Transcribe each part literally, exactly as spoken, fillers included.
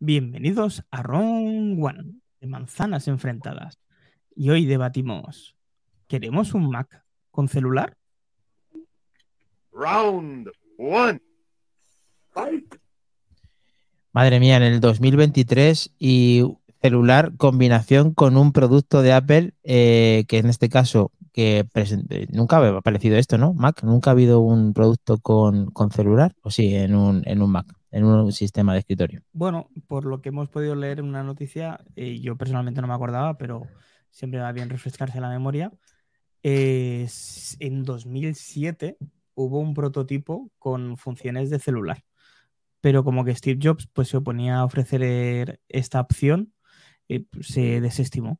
Bienvenidos a Round One de Manzanas Enfrentadas. Y hoy debatimos, ¿queremos un Mac con celular? Round One. Fight. Madre mía, en el dos mil veintitrés y celular combinación con un producto de Apple, eh, que en este caso, que presen- eh, nunca había aparecido esto, ¿no? Mac, nunca ha habido un producto con, con celular, o sí, en un, en un Mac, en un sistema de escritorio. Bueno, por lo que hemos podido leer en una noticia, eh, yo personalmente no me acordaba, pero siempre va bien refrescarse la memoria. Eh, s- en dos mil siete hubo un prototipo con funciones de celular, pero como que Steve Jobs pues, se oponía a ofrecer esta opción, eh, se desestimó.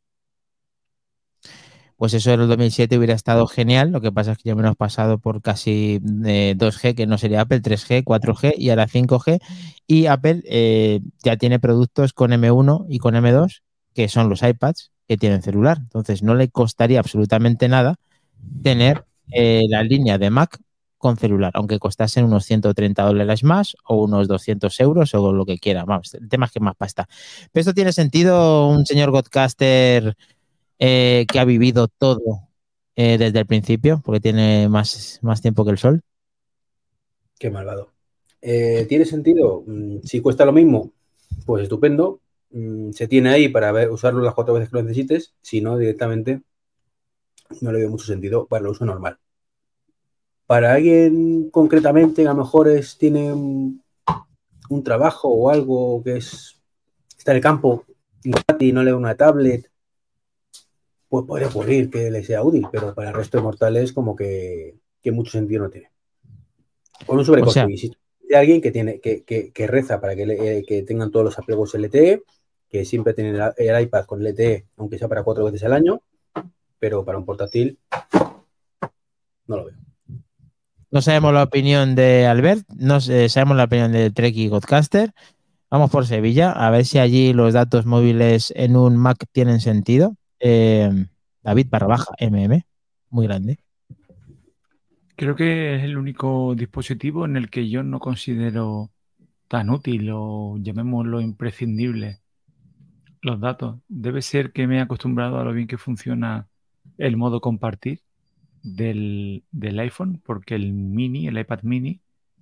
Pues eso en el dos mil siete hubiera estado genial, lo que pasa es que ya me hemos pasado por casi eh, dos G, que no sería Apple, tres G, cuatro G y ahora cinco G, y Apple eh, ya tiene productos con M uno y con M dos, que son los iPads, que tienen celular. Entonces no le costaría absolutamente nada tener eh, la línea de Mac con celular, aunque costasen unos ciento treinta dólares más o unos doscientos euros o lo que quiera. Vamos, el tema es que más pasta. Pero esto tiene sentido, un señor Godcaster eh, que ha vivido todo eh, desde el principio, porque tiene más, más tiempo que el sol. Qué malvado. Eh, ¿Tiene sentido? Mm, Si cuesta lo mismo, pues estupendo. Mm, Se tiene ahí para ver- usarlo las cuatro veces que lo necesites. Si no, directamente no le veo mucho sentido para el uso normal. Para alguien concretamente, a lo mejor es, tiene un, un trabajo o algo que es está en el campo y no le da una tablet, pues puede ocurrir que le sea útil, pero para el resto de mortales como que, que mucho sentido no tiene. Con un O sobrecoste, sea, insisto, de alguien que tiene que, que, que reza para que, le, eh, que tengan todos los apegos L T E, que siempre tienen el, el iPad con L T E, aunque sea para cuatro veces al año, pero para un portátil no lo veo. no sabemos la opinión de Albert, no sé- sabemos la opinión de Trek y Godcaster. Vamos por Sevilla, a ver si allí los datos móviles en un Mac tienen sentido. Eh, David barra baja M M, muy grande. Creo que es el único dispositivo en el que yo no considero tan útil o llamémoslo imprescindible los datos. Debe ser que me he acostumbrado a lo bien que funciona el modo compartir del, del iPhone, porque el mini, el iPad mini,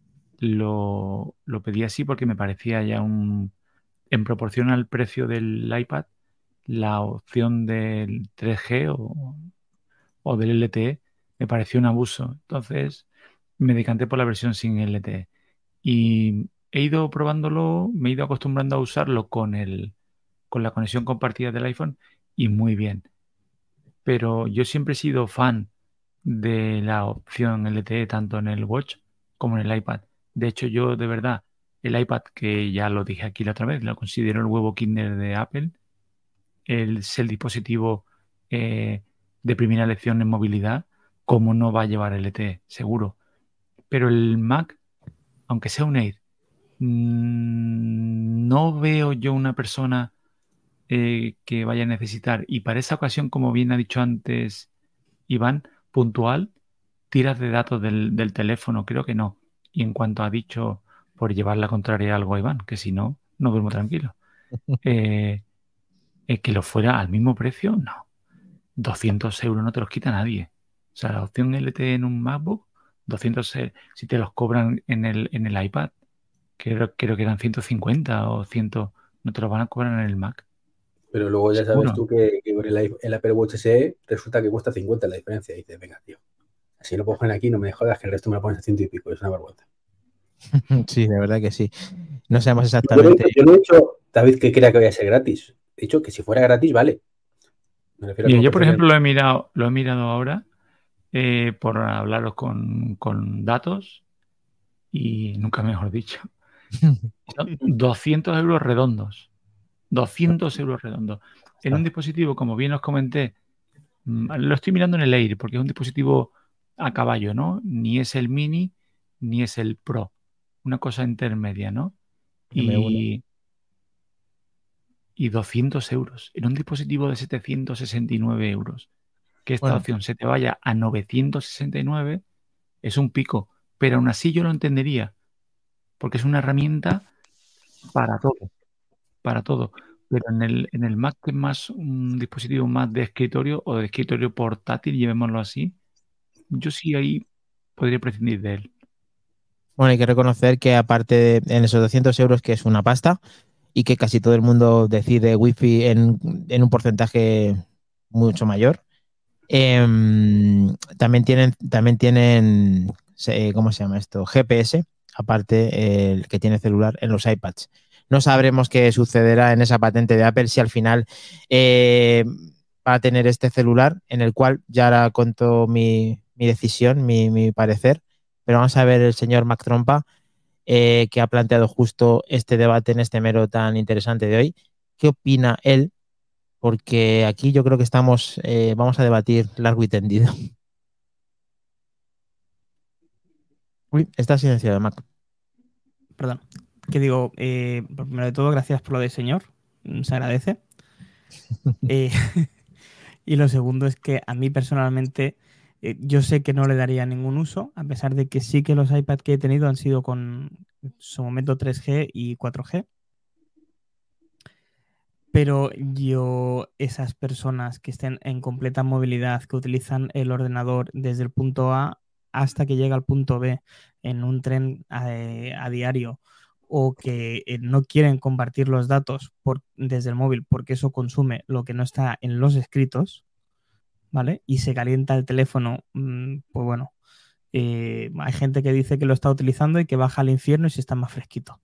lo, lo pedí así porque me parecía ya un, en proporción al precio del iPad, la opción del tres G o, o del L T E me pareció un abuso. Entonces me decanté por la versión sin L T E. Y he ido probándolo, me he ido acostumbrando a usarlo con el, con la conexión compartida del iPhone y muy bien. Pero yo siempre he sido fan de la opción L T E tanto en el Watch como en el iPad. De hecho, yo de verdad, el iPad, que ya lo dije aquí la otra vez, lo considero el huevo Kinder de Apple. El, es el dispositivo eh, de primera elección en movilidad. ¿Cómo no va a llevar L T E? Seguro. Pero el Mac, aunque sea un Air, mm, no veo yo una persona eh, que vaya a necesitar. Y para esa ocasión, como bien ha dicho antes Iván, puntual, tiras de datos del, del teléfono, creo que no. Y en cuanto ha dicho, por llevar la contraria a algo a Iván, que si no, no duermo tranquilo. Eh, eh, que lo fuera al mismo precio, no. doscientos euros no te los quita nadie. O sea, la opción L T E en un MacBook, doscientos eh, si te los cobran en el, en el iPad, creo, creo que eran ciento cincuenta o cien, no te los van a cobrar en el Mac. Pero luego ya sabes Seguro. tú que, que el, i- el Apple Watch S E resulta que cuesta cincuenta la diferencia. Y dices, venga, tío, así lo ponen aquí, no me jodas que el resto me lo pones a ciento y pico, es una vergüenza. Sí, de verdad que sí. No sabemos Yo no he exactamente. dicho, yo no he dicho, David, que crea que vaya a ser gratis. He dicho que si fuera gratis, vale. Me refiero a que Mira, me yo por parece que ejemplo lo he mirado, lo he mirado ahora eh, por hablaros con, con datos y nunca mejor dicho. Son doscientos euros redondos. doscientos euros redondos. En un dispositivo, como bien os comenté, mm, lo estoy mirando en el Air porque es un dispositivo a caballo, ¿no? Ni es el mini ni es el Pro. Una cosa intermedia, ¿no? M uno. Y, y doscientos euros. En un dispositivo de setecientos sesenta y nueve euros. Que esta Bueno, opción se te vaya a novecientos sesenta y nueve es un pico. Pero aún así yo lo entendería. Porque es una herramienta para todo. para todo. Pero en el, en el Mac, que es más un dispositivo más de escritorio o de escritorio portátil, llevémoslo así, yo sí ahí podría prescindir de él. Bueno, hay que reconocer que aparte de en esos doscientos euros, que es una pasta, y que casi todo el mundo decide Wi-Fi en, en un porcentaje mucho mayor, eh, también tienen, también tienen, eh, ¿cómo se llama esto? G P S, aparte el que tiene celular en los iPads. No sabremos qué sucederá en esa patente de Apple si al final eh, va a tener este celular, en el cual ya ahora cuento mi, mi decisión, mi, mi parecer, pero vamos a ver el señor Mac Trompa, eh, que ha planteado justo este debate en este mero tan interesante de hoy. ¿Qué opina él? Porque aquí yo creo que estamos, eh, vamos a debatir largo y tendido. Uy, está silenciado, Mac. Perdón. Que digo, eh, primero de todo, gracias por lo de señor. Se agradece. eh, y lo segundo es que a mí personalmente, eh, yo sé que no le daría ningún uso, a pesar de que sí que los iPads que he tenido han sido con en su momento tres G y cuatro G. Pero yo, esas personas que estén en completa movilidad, que utilizan el ordenador desde el punto A hasta que llega al punto B en un tren a, a diario, o que eh, no quieren compartir los datos por, desde el móvil porque eso consume lo que no está en los escritos, ¿vale? Y se calienta el teléfono, mmm, pues bueno, eh, hay gente que dice que lo está utilizando y que baja al infierno y se está más fresquito.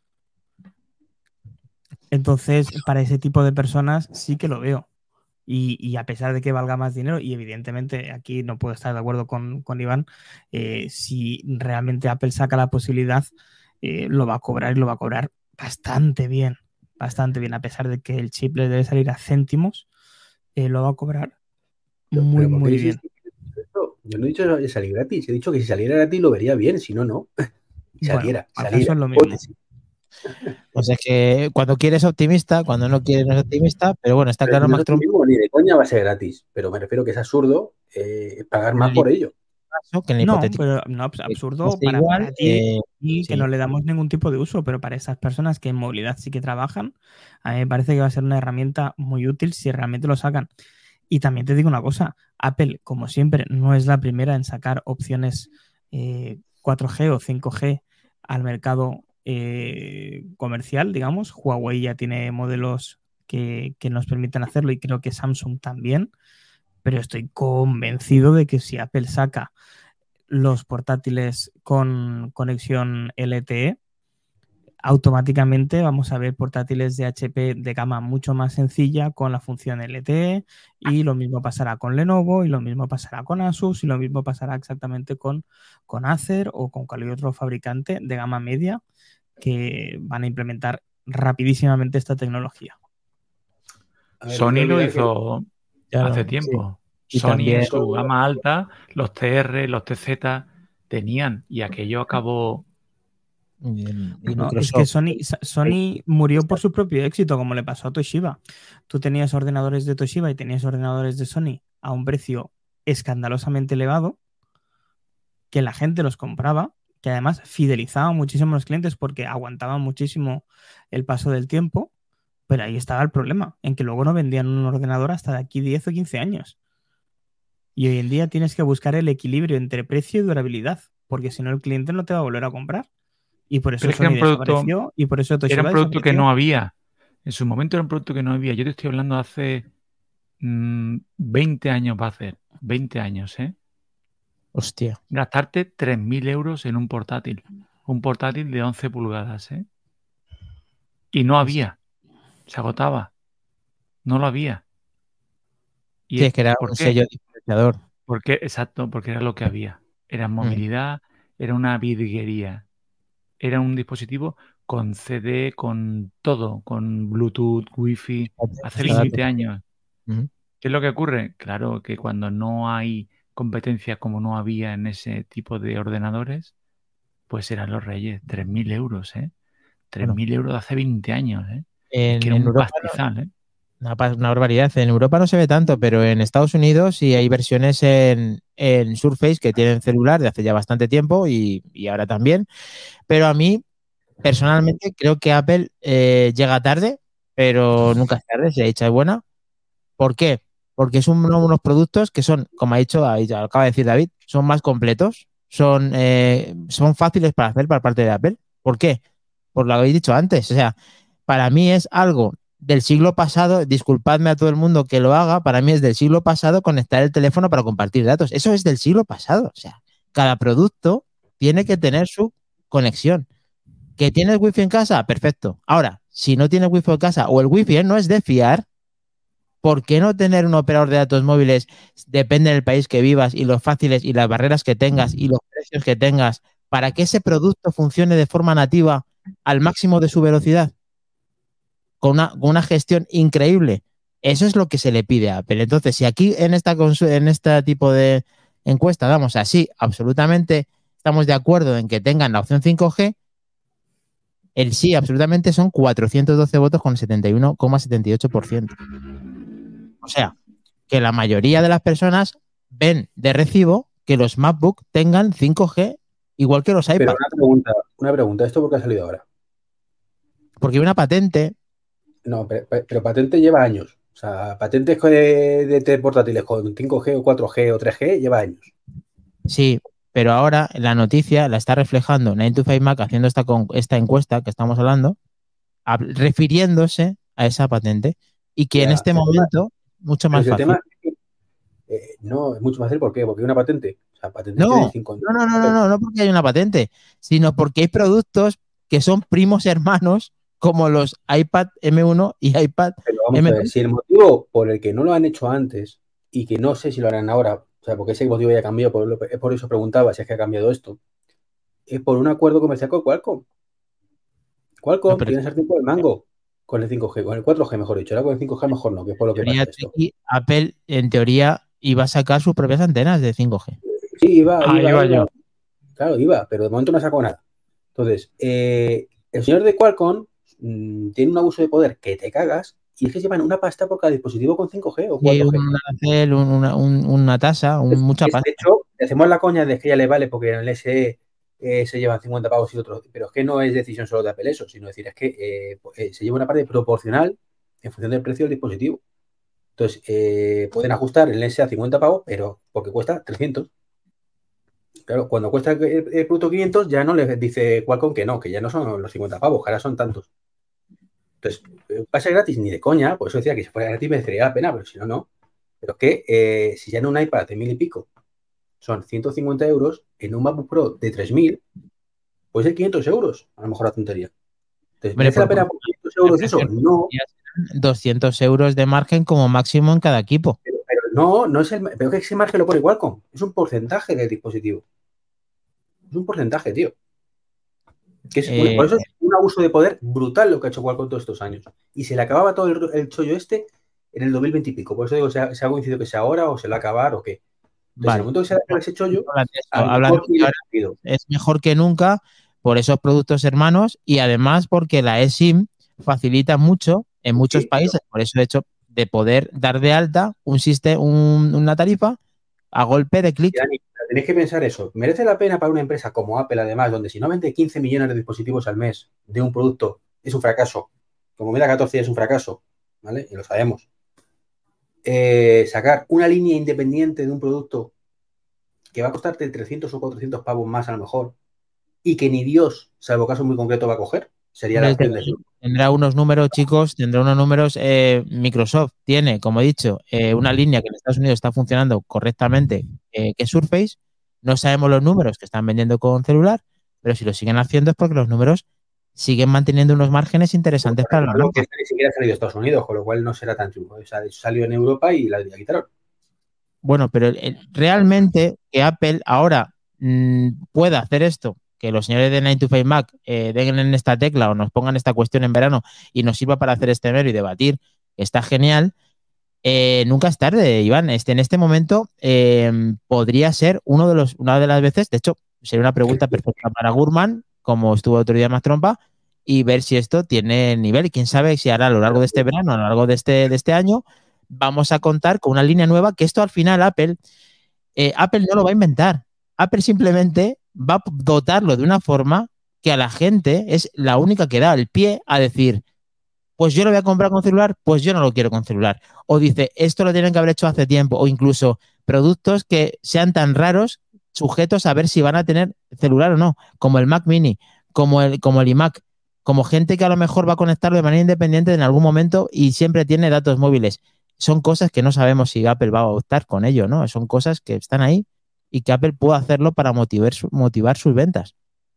Entonces, para ese tipo de personas sí que lo veo. Y, y a pesar de que valga más dinero, y evidentemente aquí no puedo estar de acuerdo con, con Iván, eh, si realmente Apple saca la posibilidad, eh, lo va a cobrar y lo va a cobrar bastante bien, bastante bien, a pesar de que el chip le debe salir a céntimos, eh, lo va a cobrar muy, ¿Pero por qué muy dices bien. esto? Yo no he dicho que salir gratis, he dicho que si saliera gratis lo vería bien, si no, no. Saliera, Bueno, saliera. acaso es lo mismo. Hipótesis. O sea, es que cuando quieres optimista, cuando no quieres no es optimista, pero bueno, está Pero claro, no es Mac Trompa, optimismo, ni de coña va a ser gratis, pero me refiero que es absurdo eh, pagar más por ello. que en el No, hipotético pero no, pues, absurdo esté para, igual, para ti eh, y que sí. no le damos ningún tipo de uso, pero para esas personas que en movilidad sí que trabajan, a mí me parece que va a ser una herramienta muy útil si realmente lo sacan. Y también te digo una cosa, Apple, como siempre, no es la primera en sacar opciones eh, cuatro G o cinco G al mercado eh, comercial, digamos. Huawei ya tiene modelos que, que nos permiten hacerlo y creo que Samsung también, pero estoy convencido de que si Apple saca los portátiles con conexión L T E, automáticamente vamos a ver portátiles de H P de gama mucho más sencilla con la función L T E, y lo mismo pasará con Lenovo, y lo mismo pasará con Asus, y lo mismo pasará exactamente con, con Acer o con cualquier otro fabricante de gama media que van a implementar rapidísimamente esta tecnología. A ver, no Sony hay que lo olvidar hizo Claro, hace sí. tiempo. Y Sony también- en su gama alta, los T R, los T Z tenían, y aquello acabó. y, el- y No, es Microsoft. que Sony, Sony murió por su propio éxito, como le pasó a Toshiba. Tú tenías ordenadores de Toshiba y tenías ordenadores de Sony a un precio escandalosamente elevado, que la gente los compraba, que además fidelizaban muchísimo a los clientes porque aguantaban muchísimo el paso del tiempo, pero ahí estaba el problema, en que luego no vendían un ordenador hasta de aquí diez o quince años. Y hoy en día tienes que buscar el equilibrio entre precio y durabilidad, porque si no el cliente no te va a volver a comprar. Y por eso Pero es que era Sony un producto, desapareció y por eso Toshiba era un producto que desapareció. no había. En su momento era un producto que no había. Yo te estoy hablando de hace mmm, veinte años, va a hacer. veinte años, ¿eh? Hostia. Gastarte tres mil euros en un portátil. Un portátil de once pulgadas, ¿eh? Y no había. Se agotaba. No lo había. ¿Y Sí, es que era por un qué? sello diferenciador. ¿Por qué? Exacto, porque era lo que había. Era movilidad, era una virguería. Era un dispositivo con C D, con todo, con Bluetooth, Wi-Fi, hace Sí, veinte años. Ujú. ¿Qué es lo que ocurre? Claro que cuando no hay competencia como no había en ese tipo de ordenadores, pues eran los reyes. tres mil euros, ¿eh? tres mil euros de hace veinte años, ¿eh? Es En, que era en un Europa no- pastizal, ¿eh? una, pa- una barbaridad. En Europa no se ve tanto, pero en Estados Unidos sí hay versiones en, en Surface que tienen celular de hace ya bastante tiempo y, y ahora también. Pero a mí, personalmente, creo que Apple eh, llega tarde pero nunca es tarde, si hecha es buena. ¿Por qué? Porque son uno- unos productos que son, como ha dicho, ahí ya acaba de decir David, son más completos, son, eh, son fáciles para hacer por parte de Apple. ¿Por qué? Por lo que habéis dicho antes. O sea, para mí es algo del siglo pasado, disculpadme a todo el mundo que lo haga, para mí es del siglo pasado conectar el teléfono para compartir datos. Eso es del siglo pasado. O sea, cada producto tiene que tener su conexión. ¿Que tienes wifi en casa? Perfecto. Ahora, si no tienes wifi en casa o el wifi no es de fiar, ¿por qué no tener un operador de datos móviles? Depende del país que vivas y los fáciles y las barreras que tengas y los precios que tengas para que ese producto funcione de forma nativa al máximo de su velocidad, con una, con una gestión increíble. Eso es lo que se le pide a Apple. Entonces, si aquí en, esta, en este tipo de encuesta damos así, absolutamente estamos de acuerdo en que tengan la opción cinco G, el sí absolutamente son cuatrocientos doce votos con setenta y uno coma setenta y ocho por ciento. O sea, que la mayoría de las personas ven de recibo que los MacBook tengan cinco G igual que los iPad. Pero una pregunta, una pregunta, ¿esto por qué ha salido ahora? Porque hay una patente. No, pero, pero patente lleva años. O sea, patentes de, de, de portátiles con cinco G o cuatro G o tres G lleva años. Sí, pero ahora la noticia la está reflejando nine to five Mac haciendo esta, esta encuesta que estamos hablando, a, refiriéndose a esa patente y que ya, en este momento es mucho más fácil. Tema es que, eh, no, es mucho más fácil, ¿por qué? Porque hay una patente. O sea, patentes no, cinco no, no, no, no, no, no porque hay una patente, sino porque hay productos que son primos hermanos como los iPad M uno y iPad Pero vamos M dos. A ver, si el motivo por el que no lo han hecho antes y que no sé si lo harán ahora, o sea, porque ese motivo ya ha cambiado, por, por eso preguntaba si es que ha cambiado esto, es por un acuerdo comercial con Qualcomm. Qualcomm no, tiene ese tipo de mango con el cinco G, con el cuatro G mejor dicho, ahora con el cinco G mejor no, que es por lo que pasa esto. Apple, en teoría, iba a sacar sus propias antenas de cinco G. Sí, iba, ah, iba, iba, iba yo. Claro, iba, pero de momento no sacó nada. Entonces, eh, el señor de Qualcomm mmm, tiene un abuso de poder que te cagas y es que llevan una pasta por cada dispositivo con cinco G o cuatro G. Sí, un, una, un, una tasa, un, mucha pasta. De hecho, hacemos la coña de que ya le vale porque en el S E eh, se llevan cincuenta pavos y otros, pero es que no es decisión solo de Apple eso, sino decir, es que eh, eh, se lleva una parte proporcional en función del precio del dispositivo. Entonces, eh, pueden ajustar el S E a cincuenta pavos, pero porque cuesta trescientos. Claro, cuando cuesta el, el producto quinientos, ya no les dice Qualcomm que no, que ya no son los cincuenta pavos, que ahora son tantos. Entonces, va a ser gratis ni de coña, por eso decía que si fuera gratis me merecería la pena, pero si no, no. Pero es que eh, si ya en un iPad de mil y pico son ciento cincuenta euros, en un MacBook Pro de tres mil, puede ser quinientos euros, a lo mejor la tontería. Entonces, ¿merece la pena por quinientos euros eso? No. doscientos euros de margen como máximo en cada equipo. Pero, pero no, no es el, pero que ese margen lo pone Qualcomm, es un porcentaje del dispositivo. Es un porcentaje, tío. Que es, eh, por eso es un abuso de poder brutal lo que ha hecho Qualcomm todos estos años. Y se le acababa todo el, el chollo este en el dos mil veinte y pico. Por eso digo, se ha, se ha coincidido que sea ahora o se le va a acabar o qué. Entonces, vale. En el momento que se haga ese chollo, mejor es mejor que nunca por esos productos hermanos y además porque la eSIM facilita mucho en muchos sí, países. Pero... Por eso, de hecho, de poder dar de alta un sistema, un, una tarifa a golpe de clic. Tenéis que pensar eso. ¿Merece la pena para una empresa como Apple, además, donde si no vende quince millones de dispositivos al mes de un producto es un fracaso? Como Meta catorce es un fracaso, ¿vale? Y lo sabemos. Eh, sacar una línea independiente de un producto que va a costarte trescientos o cuatrocientos pavos más a lo mejor y que ni Dios, salvo caso muy concreto, va a coger. Sería la opción de eso. Tendrá unos números, chicos, tendrá unos números. Eh, Microsoft tiene, como he dicho, eh, una línea que en Estados Unidos está funcionando correctamente, eh, que es Surface. No sabemos los números que están vendiendo con celular, pero si lo siguen haciendo es porque los números siguen manteniendo unos márgenes interesantes bueno, para la marca. Ni siquiera ha salido a Estados Unidos, con lo cual no será tan triunfo. O sea, salió en Europa y la, la quitaron. Bueno, pero el, realmente que Apple ahora mmm, pueda hacer esto, que los señores de nine to five Mac eh, den en esta tecla o nos pongan esta cuestión en verano y nos sirva para hacer este mero y debatir, está genial. Eh, nunca es tarde, Iván. Este, en este momento eh, podría ser uno de los, una de las veces, de hecho, sería una pregunta perfecta para Gurman, como estuvo otro día más trompa, y ver si esto tiene nivel. Y quién sabe si hará a lo largo de este verano, a lo largo de este, de este año, vamos a contar con una línea nueva, que esto al final Apple, eh, Apple no lo va a inventar. Apple simplemente va a dotarlo de una forma que a la gente es la única que da el pie a decir, pues yo lo voy a comprar con celular, pues yo no lo quiero con celular. O dice, esto lo tienen que haber hecho hace tiempo. O incluso productos que sean tan raros, sujetos a ver si van a tener celular o no, como el Mac Mini, como el, como el iMac, como gente que a lo mejor va a conectarlo de manera independiente en algún momento y siempre tiene datos móviles. Son cosas que no sabemos si Apple va a optar con ello, ¿no? Son cosas que están ahí y que Apple puede hacerlo para motivar, su, motivar sus ventas.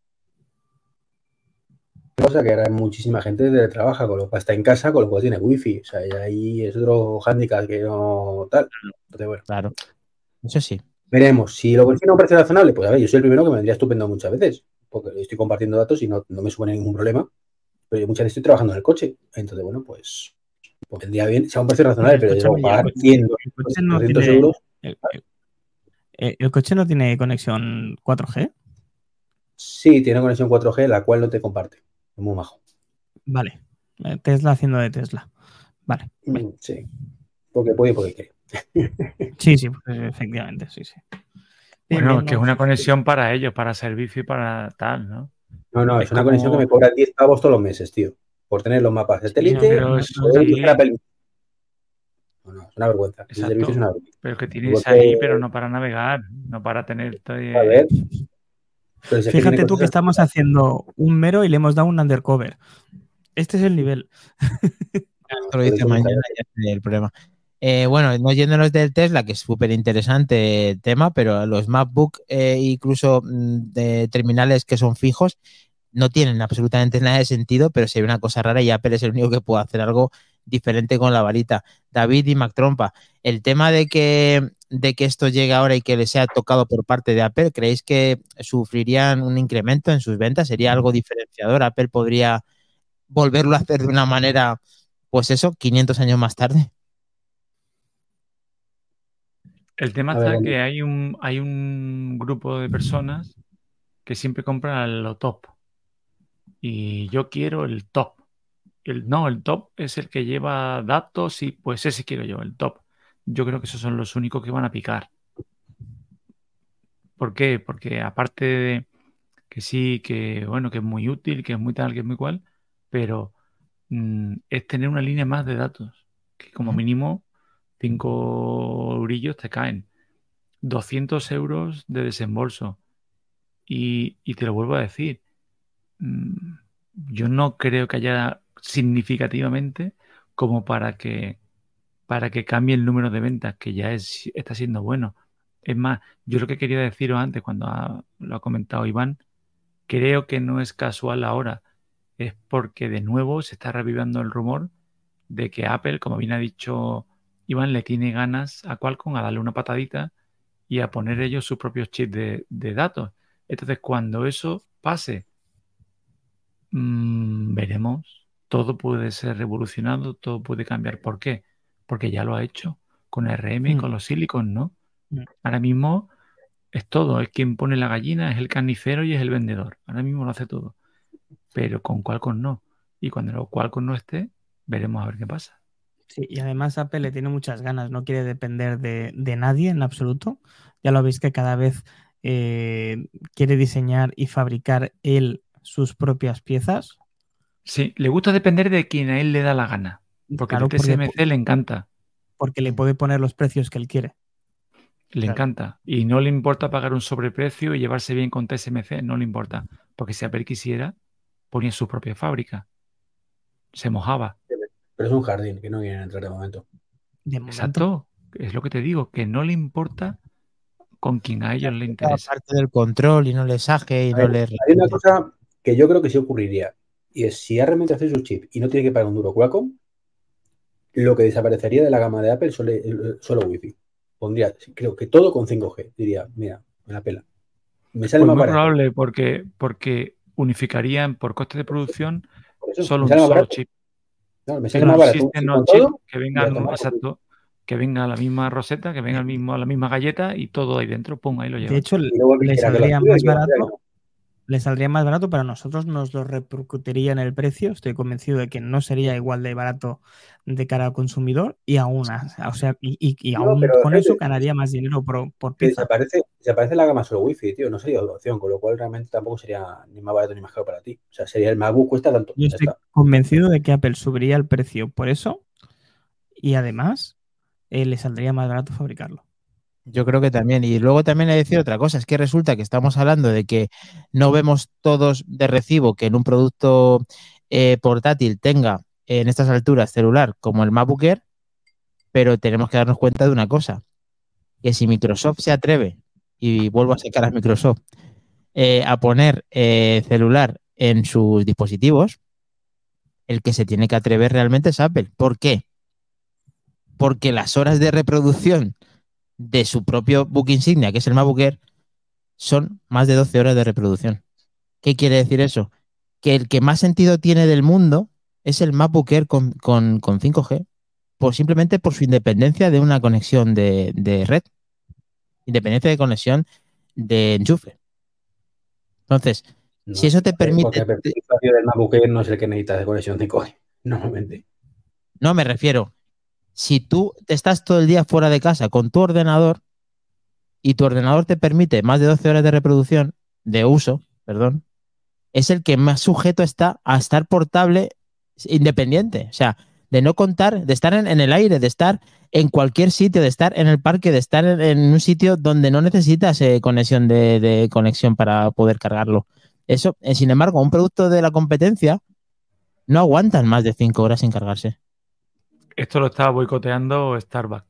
Cosa que ahora muchísima gente trabaja, con lo cual está en casa, con lo cual tiene wifi. O sea, y ahí es otro hándicap que no tal. Entonces, bueno. Claro, eso sí. Veremos. Si lo consigo a un precio razonable, pues a ver, yo soy el primero que me vendría estupendo muchas veces, porque estoy compartiendo datos y no, no me supone ningún problema. Pero yo muchas veces estoy trabajando en el coche. Entonces, bueno, pues, pues vendría bien, sea un precio razonable, pero yo pagar cien, doscientos euros. El, el, el coche no tiene conexión cuatro G. Sí, tiene conexión cuatro G, la cual no te comparte. Es muy majo. Vale. Tesla haciendo de Tesla. Vale. Mm, sí. Porque puede y porque quiere. Sí, sí, pues, efectivamente, sí, sí. Bien, bueno, bien, que no, es una conexión para ellos, para servicio y para tal, ¿no? No, no, es, es una como... conexión que me cobra diez pavos todos los meses, tío. Por tener los mapas de satélite. Sí, pero eso sí. La peli. No, no, es una vergüenza. Exacto, el servicio es una vergüenza. Pero que tienes porque... ahí, pero no para navegar, no para tener... A ver. Pero si Fíjate que tú que estamos haciendo un mero y le hemos dado un undercover. Este es el nivel. Esto lo dice mañana, ya es el problema. Eh, bueno, no yéndonos del Tesla, que es súper interesante el tema, pero los MacBook, eh, incluso de terminales que son fijos, no tienen absolutamente nada de sentido, pero si hay una cosa rara y Apple es el único que puede hacer algo diferente con la varita. David y Mac Trompa, el tema de que, de que esto llegue ahora y que les sea tocado por parte de Apple, ¿creéis que sufrirían un incremento en sus ventas? ¿Sería algo diferenciador? ¿Apple podría volverlo a hacer de una manera, pues eso, quinientos años más tarde? El tema a está ver, que hay un, hay un grupo de personas que siempre compran lo top. Y yo quiero el top. El, no, el top es el que lleva datos y pues ese quiero yo, el top. Yo creo que esos son los únicos que van a picar. ¿Por qué? Porque aparte de que sí, que bueno, que es muy útil, que es muy tal, que es muy cual, pero mmm, es tener una línea más de datos, que como mínimo cinco eurillos te caen. doscientos euros de desembolso. Y, y te lo vuelvo a decir, mmm, yo no creo que haya significativamente como para que para que cambie el número de ventas, que ya es, está siendo bueno. Es más, yo lo que quería deciros antes, cuando ha, lo ha comentado Iván, creo que no es casual ahora, es porque de nuevo se está reviviendo el rumor de que Apple, como bien ha dicho Iván, le tiene ganas a Qualcomm a darle una patadita y a poner ellos sus propios chips de, de datos. Entonces, cuando eso pase, mmm, veremos. Todo puede ser revolucionado, todo puede cambiar. ¿Por qué? Porque ya lo ha hecho con R M y mm. con los silicon, ¿no? Mm. Ahora mismo es todo, es quien pone la gallina, es el carnicero y es el vendedor. Ahora mismo lo hace todo. Pero con Qualcomm no. Y cuando lo Qualcomm no esté, veremos a ver qué pasa. Sí, y además Apple le tiene muchas ganas, no quiere depender de, de nadie en absoluto. Ya lo veis que cada vez eh, quiere diseñar y fabricar él sus propias piezas. Sí, le gusta depender de quien a él le da la gana. Porque claro, el T S M C porque, le encanta. Porque le puede poner los precios que él quiere. Le claro. encanta. Y no le importa pagar un sobreprecio y llevarse bien con T S M C, no le importa. Porque si Apple quisiera, ponía su propia fábrica. Se mojaba. Pero es un jardín que no viene a entrar de momento. De momento. Exacto. Es lo que te digo, que no le importa con quien a ellos le interesa. Parte del control y no les saque y a no ver, les... Hay una cosa que yo creo que sí ocurriría. Y es, si realmente hace su chip y no tiene que pagar un duro Qualcomm, lo que desaparecería de la gama de Apple solo, solo Wi-Fi. Pondría, creo que todo con cinco G. Diría, mira, me la pela. Me sale pues más muy barato. Probable porque, porque unificarían por coste de producción por eso, solo un solo barato. chip. No, me sale más barato. No chip, todo, que venga exacto, que venga la misma roseta, que venga el mismo, la misma galleta y todo ahí dentro, pum, ahí lo lleva. De hecho, le saldría más barato. le saldría más barato, pero a nosotros nos lo repercutiría en el precio. Estoy convencido de que no sería igual de barato de cara al consumidor y aún, as- o sea, y, y- y No, aún pero con eso fíjate, ganaría más dinero por, por que pieza. desaparece, desaparece la gama solo Wi-Fi, tío. No sería otra opción, con lo cual realmente tampoco sería ni más barato ni más caro para ti. O sea, sería el MacBook cuesta tanto. Yo Ya estoy está. convencido de que Apple subiría el precio por eso y además eh, le saldría más barato fabricarlo. Yo creo que también. Y luego también hay que decir otra cosa, es que resulta que estamos hablando de que no vemos todos de recibo que en un producto eh, portátil tenga en estas alturas celular como el MacBook Air, pero tenemos que darnos cuenta de una cosa, que si Microsoft se atreve, y vuelvo a sacar a Microsoft, eh, a poner eh, celular en sus dispositivos, el que se tiene que atrever realmente es Apple. ¿Por qué? Porque las horas de reproducción de su propio book insignia, que es el MacBook Air, son más de doce horas de reproducción. ¿Qué quiere decir eso? Que el que más sentido tiene del mundo es el MacBook Air con, con, con cinco G, por, simplemente por su independencia de una conexión de, de red, independencia de conexión de enchufe. Entonces, si No, eso te porque porque permite, el perfil de usuario del MacBook Air no es el que necesita de conexión cinco G, normalmente. no me refiero, si tú estás todo el día fuera de casa con tu ordenador y tu ordenador te permite más de doce horas de reproducción, de uso, perdón, es el que más sujeto está a estar portable independiente. O sea, de no contar, de estar en, en el aire, de estar en cualquier sitio, de estar en el parque, de estar en, en un sitio donde no necesitas eh, conexión de, de conexión para poder cargarlo. Eso, eh, sin embargo, un producto de la competencia no aguantan más de cinco horas sin cargarse. Esto lo estaba boicoteando Starbucks.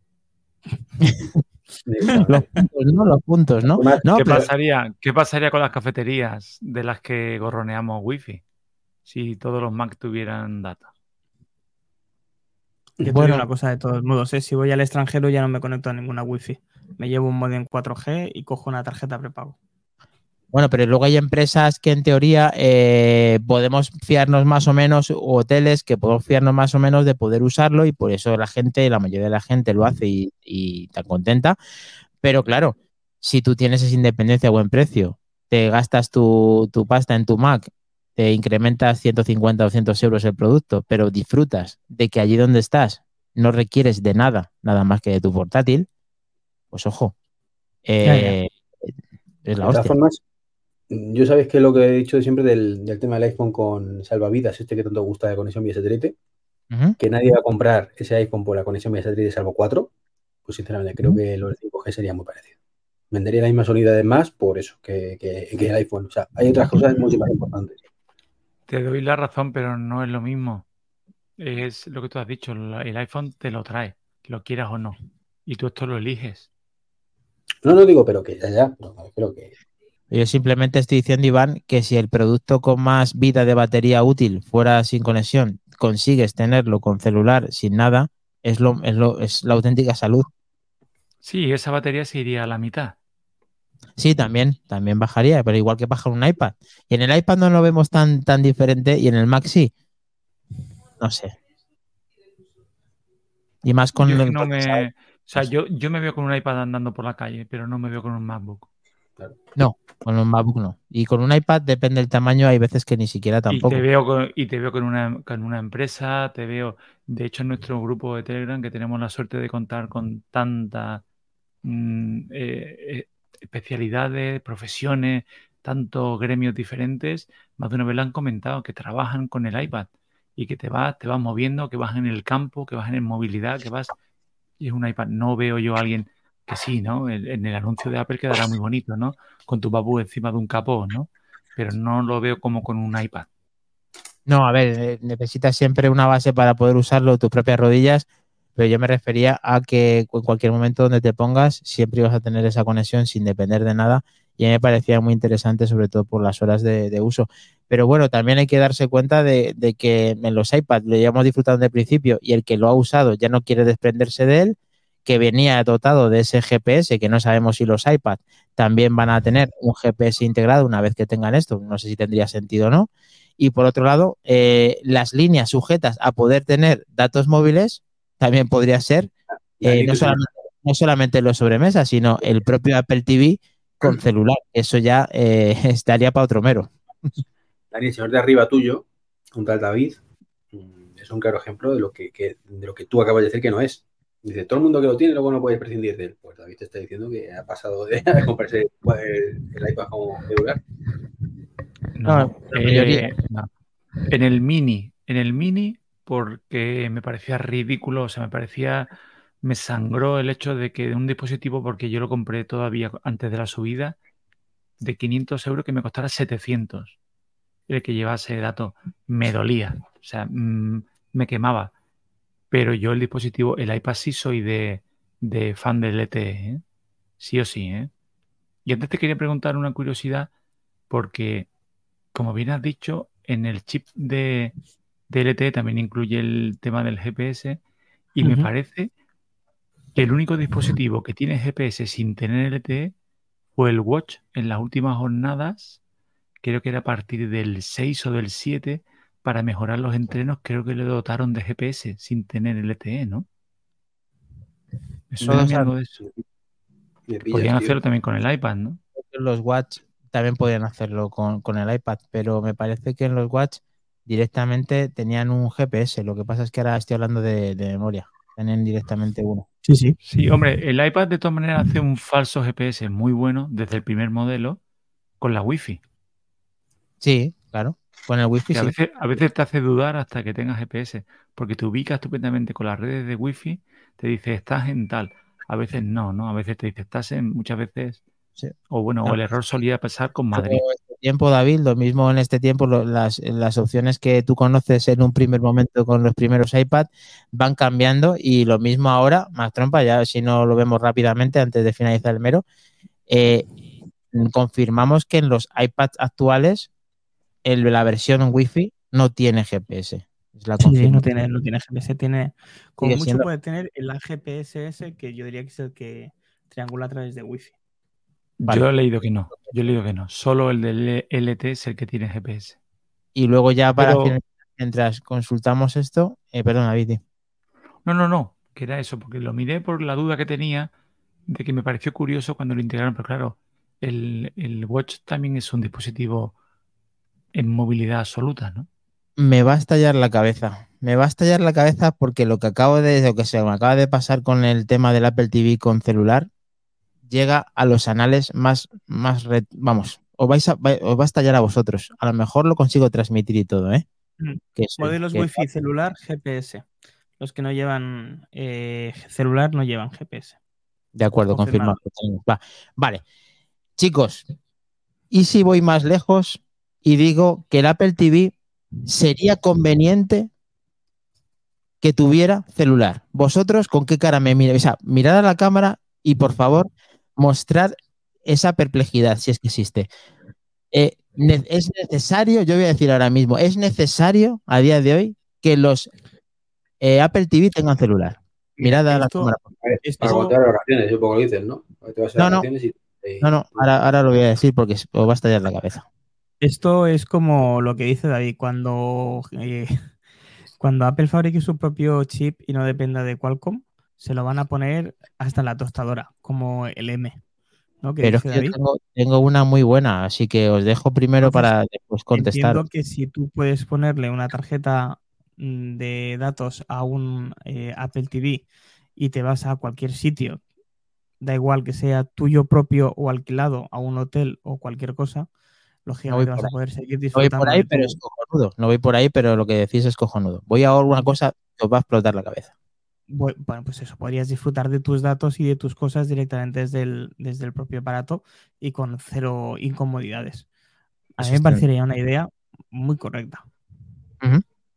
Los puntos, ¿no? Los puntos, ¿no? Además, No, ¿Qué pero pasaría, ¿Qué pasaría con las cafeterías de las que gorroneamos wifi si todos los Mac tuvieran data? Yo te digo bueno, una cosa de todos modos, ¿eh? Si voy al extranjero ya no me conecto a ninguna wifi. Me llevo un modem cuatro G y cojo una tarjeta prepago. Bueno, pero luego hay empresas que en teoría eh, podemos fiarnos más o menos, o hoteles que podemos fiarnos más o menos de poder usarlo y por eso la gente, la mayoría de la gente lo hace y, y está contenta. Pero claro, si tú tienes esa independencia a buen precio, te gastas tu, tu pasta en tu Mac, te incrementas ciento cincuenta o doscientos euros el producto, pero disfrutas de que allí donde estás no requieres de nada, nada más que de tu portátil, pues ojo, Ya, ya. eh, es la de todas hostia. formas, yo sabéis que lo que he dicho siempre del, del tema del iPhone con salvavidas, este que tanto gusta de conexión vía satélite, Ujú. que nadie va a comprar ese iPhone por la conexión vía satélite salvo cuatro, pues sinceramente creo Ujú. que lo del cinco G sería muy parecido. Vendería las mismas unidades más por eso que, que, que el iPhone. O sea, hay otras cosas mucho más importantes. Te doy la razón, pero no es lo mismo. Es lo que tú has dicho, la- el iPhone te lo trae, lo quieras o no. Y tú esto lo eliges. No, no digo, pero que ya, ya, pero creo que Yo simplemente estoy diciendo, Iván, que si el producto con más vida de batería útil fuera sin conexión, consigues tenerlo con celular sin nada, es, lo, es, lo, es la auténtica salud. Sí, esa batería se iría a la mitad. Sí, también, también bajaría, pero igual que baja un iPad. Y en el iPad no lo vemos tan, tan diferente y en el Mac sí, no sé. Y más con Yo es que el no procesador. me... O sea, yo, yo me veo con un iPad andando por la calle, pero no me veo con un MacBook. claro. No, con un MacBook no. Y con un iPad, depende del tamaño, hay veces que ni siquiera Y te tampoco. veo con, y te veo con una, con una empresa, te veo, de hecho, en nuestro grupo de Telegram, que tenemos la suerte de contar con tantas mm, eh, eh, especialidades, profesiones, tantos gremios diferentes, más de una vez lo han comentado, que trabajan con el iPad y que te vas, te vas moviendo, que vas en el campo, que vas en movilidad, que vas, y es un iPad. No veo yo a alguien que sí, ¿no? En, en el anuncio de Apple quedará muy bonito, ¿no? Con tu babú encima de un capó, ¿no? Pero no lo veo como con un iPad. No, a ver, eh, necesitas siempre una base para poder usarlo, tus propias rodillas, pero yo me refería a que en cualquier momento donde te pongas, siempre ibas a tener esa conexión sin depender de nada y a mí me parecía muy interesante, sobre todo por las horas de, de uso. Pero bueno, también hay que darse cuenta de, de que en los iPads lo llevamos disfrutando desde el principio y el que lo ha usado ya no quiere desprenderse de él, que venía dotado de ese G P S, que no sabemos si los iPads también van a tener un G P S integrado una vez que tengan esto, no sé si tendría sentido o no. Y por otro lado, eh, las líneas sujetas a poder tener datos móviles también podría ser La eh, no, línea- solamente, no solamente los sobremesas, sino el propio Apple T V con celular. Eso ya eh, estaría para otro mero. Dani, el señor de arriba tuyo, un tal David, es un claro ejemplo de lo que, que- de lo que tú acabas de decir que no es. Dice, todo el mundo que lo tiene luego no puede prescindir de él. Pues David te está diciendo que ha pasado de comprarse el, el iPad como celular. No, No, la mayoría. eh, no. En el mini, en el mini, porque me parecía ridículo, o sea, me parecía, me sangró el hecho de que un dispositivo, porque yo lo compré todavía antes de la subida, de quinientos euros que me costara setecientos. El que llevase datos, me dolía, o sea, mm, me quemaba. Pero yo el dispositivo, el iPad sí soy de, de fan del L T E, ¿eh? Sí o sí, ¿eh? Y antes te quería preguntar una curiosidad, porque como bien has dicho, en el chip de, de L T E también incluye el tema del G P S y me Ujú. parece que el único dispositivo que tiene G P S sin tener L T E fue el Watch en las últimas jornadas, creo que era a partir del seis o del siete, para mejorar los entrenos, creo que le dotaron de G P S sin tener L T E, ¿no? Me suena a Todos mí saben algo de eso. Me pillas, Podrían tío. hacerlo también con el iPad, ¿no? que los Watch también podían hacerlo con, con el iPad, pero me parece que en los Watch directamente tenían un G P S. Lo que pasa es que ahora estoy hablando de, de memoria. Tienen directamente uno. Sí, sí. Sí, hombre, el iPad de todas maneras hace un falso G P S muy bueno desde el primer modelo con la Wi-Fi. Sí, claro. Con el Wi-Fi Que a sí. veces, a veces te hace dudar hasta que tengas G P S, porque te ubicas estupendamente con las redes de Wi-Fi, te dice estás en tal, a veces no, ¿no? A veces te dice estás en, muchas veces, Sí. o bueno, o No, el error solía pasar con pero Madrid. este tiempo, David, lo mismo en este tiempo, lo- las, las opciones que tú conoces en un primer momento con los primeros iPad van cambiando y lo mismo ahora, más trompa, ya si no lo vemos rápidamente antes de finalizar el mero, eh, confirmamos que en los iPads actuales el- la versión Wi-Fi no tiene G P S. Es la Sí, no confirmación. tiene, no tiene G P S, tiene, como Sigue mucho siendo- puede tener el G P S ese, que yo diría que es el que triangula a través de Wi-Fi. Vale. Yo he leído que no, yo he leído que no, solo el del L T E es el que tiene G P S. Y luego ya para Pero, finalizar, mientras consultamos esto, eh, perdón, David, di. no, no, no, que era eso, porque lo miré por la duda que tenía de que me pareció curioso cuando lo integraron, pero claro, el, el Watch también es un dispositivo en movilidad absoluta, ¿no? Me va a estallar la cabeza. Me va a estallar la cabeza porque lo que acabo de, lo que se me acaba de pasar con el tema del Apple T V con celular llega a los anales más, más, re- vamos, os, vais a, vai- os va a estallar a vosotros. A lo mejor lo consigo transmitir y todo, ¿eh? Mm. Que soy- Modelos que- Wi-Fi celular, G P S. Los que no llevan eh, celular no llevan G P S. de acuerdo, Confirmado. confirmado. Va, vale. Chicos, ¿y si voy más lejos y digo que el Apple T V sería conveniente que tuviera celular? ¿Vosotros con qué cara me miráis? O sea, mirad a la cámara y por favor mostrad esa perplejidad, si es que existe. Eh, ne- es necesario, yo voy a decir ahora mismo, es necesario a día de hoy que los eh, Apple T V tengan celular. Mira, Mirad a la esto, cámara. A ver, esto- para aguantar las oraciones, un poco lo dices, ¿no? Te vas a No, las no. oraciones y... y- No, no, ahora, ahora lo voy a decir porque os va a estallar la cabeza. esto es como lo que dice David, cuando, eh, cuando Apple fabrique su propio chip y no dependa de Qualcomm, se lo van a poner hasta en la tostadora, como el M, ¿no? Que Pero es dice que yo David. tengo, tengo una muy buena, así que os dejo primero Entonces, para después contestar. Entiendo que si tú puedes ponerle una tarjeta mm, de datos a un eh, Apple T V y te vas a cualquier sitio, da igual que sea tuyo propio o alquilado a un hotel o cualquier cosa, No voy lógicamente vas por a ahí. poder seguir No voy disfrutando por ahí, de pero tu... es cojonudo. No voy por ahí, pero lo que decís es cojonudo. Voy a una cosa que os va a explotar la cabeza. Bu- Bueno, pues eso, podrías disfrutar de tus datos y de tus cosas directamente desde el, desde el propio aparato y con cero incomodidades. A mí Eso me está bien. parecería una idea muy correcta. Ujú.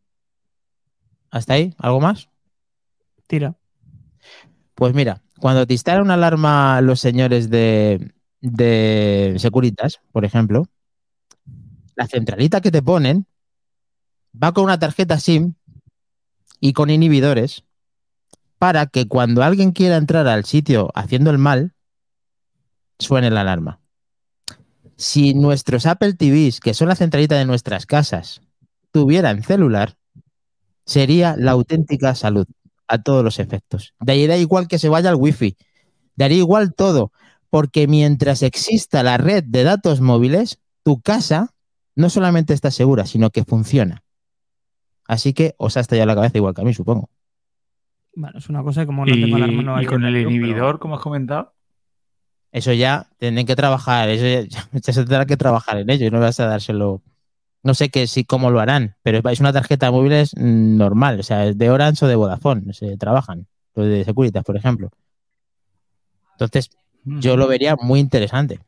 ¿Hasta ahí? ¿Algo más? Tira. Pues mira, cuando te instalan una alarma los señores de, de Securitas, por ejemplo, la centralita que te ponen va con una tarjeta SIM y con inhibidores para que cuando alguien quiera entrar al sitio haciendo el mal, suene la alarma. Si nuestros Apple T Vs, que son la centralita de nuestras casas, tuvieran celular, sería la auténtica salud a todos los efectos. Daría igual que se vaya al wifi, daría igual todo, Porque mientras exista la red de datos móviles, tu casa no solamente está segura, sino que funciona. Así que os ha estallado la cabeza igual que a mí, supongo. Bueno, es una cosa que como no tengo alarma no Y, y con el ayuda, inhibidor, pero- como has comentado, Eso ya tienen que trabajar, eso ya, ya se tendrá que trabajar en ello y no vas a dárselo. No sé que sí cómo lo harán, pero es una tarjeta móvil es mm, normal, o sea, es de Orange o de Vodafone, se trabajan, los de Securitas, por ejemplo. Entonces, yo lo vería muy interesante.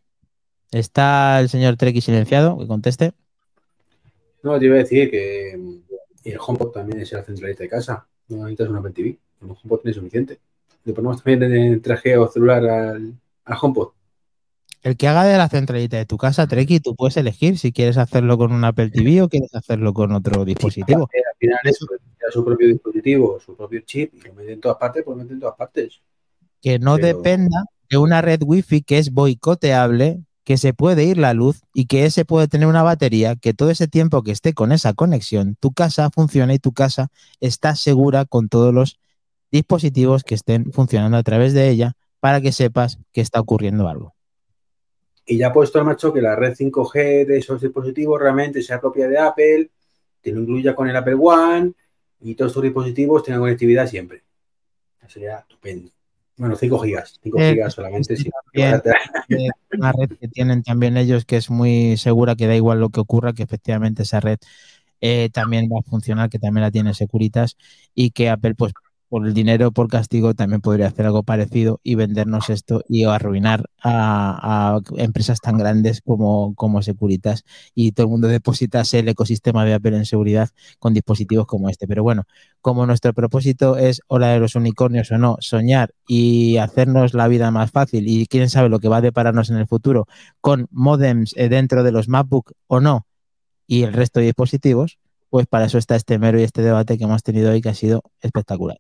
¿Está el señor Treki silenciado? Que conteste. No, te iba a decir que mm, el HomePod también es la centralita de casa. No necesitas una Apple T V. Con un HomePod tienes suficiente. Le ponemos también el traje o celular al, al HomePod. El que haga de la centralita de tu casa, Treki, tú puedes elegir si quieres hacerlo con un Apple T V o quieres hacerlo con otro dispositivo. Sí, al final eso, es su propio dispositivo, su propio chip, y lo mete en todas partes, pues lo mete en todas partes. Que no Pero- dependa de una red wifi que es boicoteable, que se puede ir la luz y que ese puede tener una batería, que todo ese tiempo que esté con esa conexión, tu casa funciona y tu casa está segura con todos los dispositivos que estén funcionando a través de ella para que sepas que está ocurriendo algo. Y ya ha puesto el macho que la red cinco G de esos dispositivos realmente sea propia de Apple, que lo incluya con el Apple One y todos estos dispositivos tengan conectividad siempre. Eso sería estupendo. Bueno, cinco gigas. cinco Eh, gigas solamente. Sí. Bien, eh, una red que tienen también ellos que es muy segura, que da igual lo que ocurra, que efectivamente esa red eh, también va a funcionar, que también la tiene Securitas y que Apple, pues por el dinero, por castigo, también podría hacer algo parecido y vendernos esto y arruinar a, a empresas tan grandes como, como Securitas y todo el mundo depositase el ecosistema de Apple en seguridad con dispositivos como este. Pero bueno, como nuestro propósito es hora de los unicornios o no, soñar y hacernos la vida más fácil y quién sabe lo que va a depararnos en el futuro con modems eh, dentro de los MacBook o no y el resto de dispositivos, pues para eso está este mero y este debate que hemos tenido hoy que ha sido espectacular.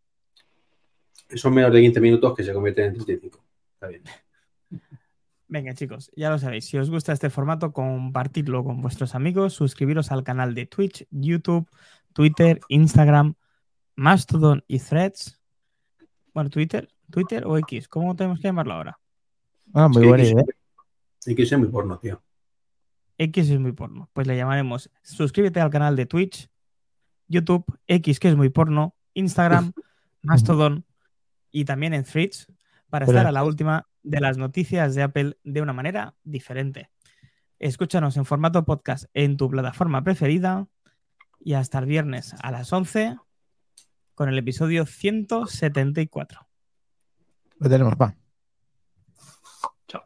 Son menos de quince minutos que se convierten en treinta y cinco. Está bien. Venga, chicos, ya lo sabéis. Si os gusta este formato, compartidlo con vuestros amigos, suscribiros al canal de Twitch, YouTube, Twitter, Instagram, Mastodon y Threads. Bueno, Twitter, Twitter o X, ¿cómo tenemos que llamarlo ahora? Ah, muy Es que buena X- idea. Hay que ser muy porno, tío. X es muy porno. Pues le llamaremos suscríbete al canal de Twitch, YouTube, X que es muy porno, Instagram, Mastodon y también en Threads para Pero- estar a la última de las noticias de Apple de una manera diferente. Escúchanos en formato podcast en tu plataforma preferida y hasta el viernes a las once con el episodio ciento setenta y cuatro. Lo tenemos, pa. Chao.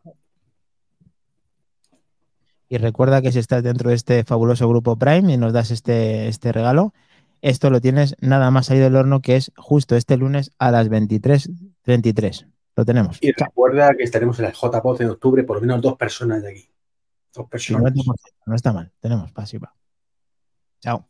Y recuerda que si estás dentro de este fabuloso grupo Prime y nos das este, este regalo, esto lo tienes nada más salido del horno, que es justo este lunes a las veintitrés treinta y tres. Lo tenemos. Y Chao. recuerda que estaremos en el J P O D en octubre, por lo menos dos personas de aquí. Dos personas. cincuenta por ciento. No está mal. Tenemos pasiva. Chao.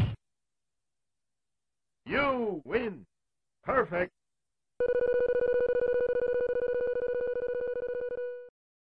You win. Perfect.